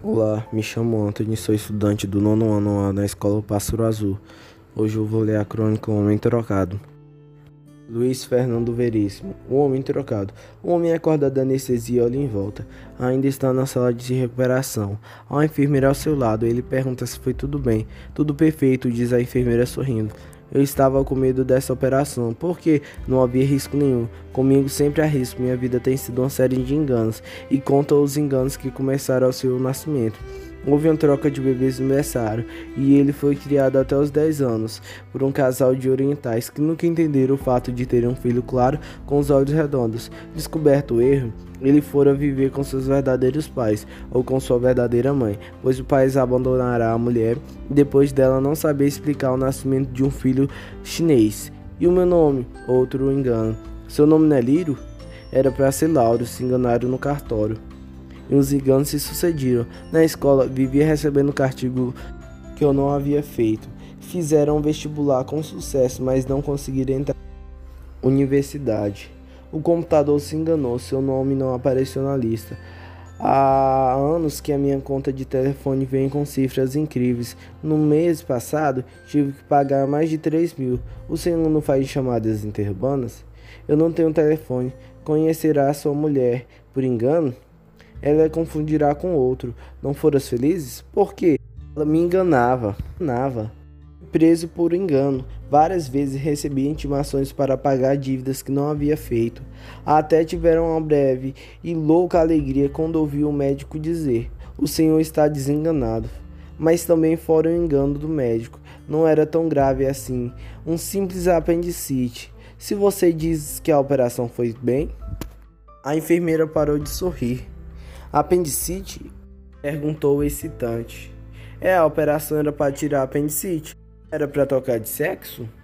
Olá, me chamo Antônio, sou estudante do nono ano A na escola Pássaro Azul. Hoje eu vou ler a crônica O Homem Trocado. Luiz Fernando Veríssimo, O Homem Trocado. O homem acorda da anestesia e olha em volta. Ainda está na sala de recuperação. Há uma enfermeira ao seu lado. Ele pergunta se foi tudo bem. Tudo perfeito, diz a enfermeira sorrindo. Eu estava com medo dessa operação, porque não havia risco nenhum. Comigo sempre há risco, minha vida tem sido uma série de enganos, e conta os enganos que começaram ao seu nascimento. Houve uma troca de bebês no berçário, e ele foi criado até os 10 anos, por um casal de orientais que nunca entenderam o fato de ter um filho claro com os olhos redondos. Descoberto o erro, ele fora viver com seus verdadeiros pais, ou com sua verdadeira mãe, pois o pai abandonará a mulher depois dela não saber explicar o nascimento de um filho chinês. E o meu nome? Outro engano. Seu nome não é Lírio? Era para ser Lauro, se enganaram no cartório. E os enganos se sucediram. Na escola, vivia recebendo castigo que eu não havia feito. Fizeram vestibular com sucesso, mas não conseguiram entrar na universidade. O computador se enganou, seu nome não apareceu na lista. Há anos que a minha conta de telefone vem com cifras incríveis. No mês passado, tive que pagar mais de 3.000. O senhor não faz chamadas interurbanas? Eu não tenho telefone. Conhecerá sua mulher por engano? Ela confundirá com outro. Não foras felizes? Por quê? Ela me enganava. Preso por engano. Várias vezes recebi intimações para pagar dívidas que não havia feito. Até tiveram uma breve e louca alegria quando ouvi o médico dizer: o senhor está desenganado. Mas também fora o engano do médico. Não era tão grave assim. Um simples apendicite. Se você diz que a operação foi bem... A enfermeira parou de sorrir. Apendicite? Perguntou excitante. A operação era para tirar a apendicite. Era para trocar de sexo?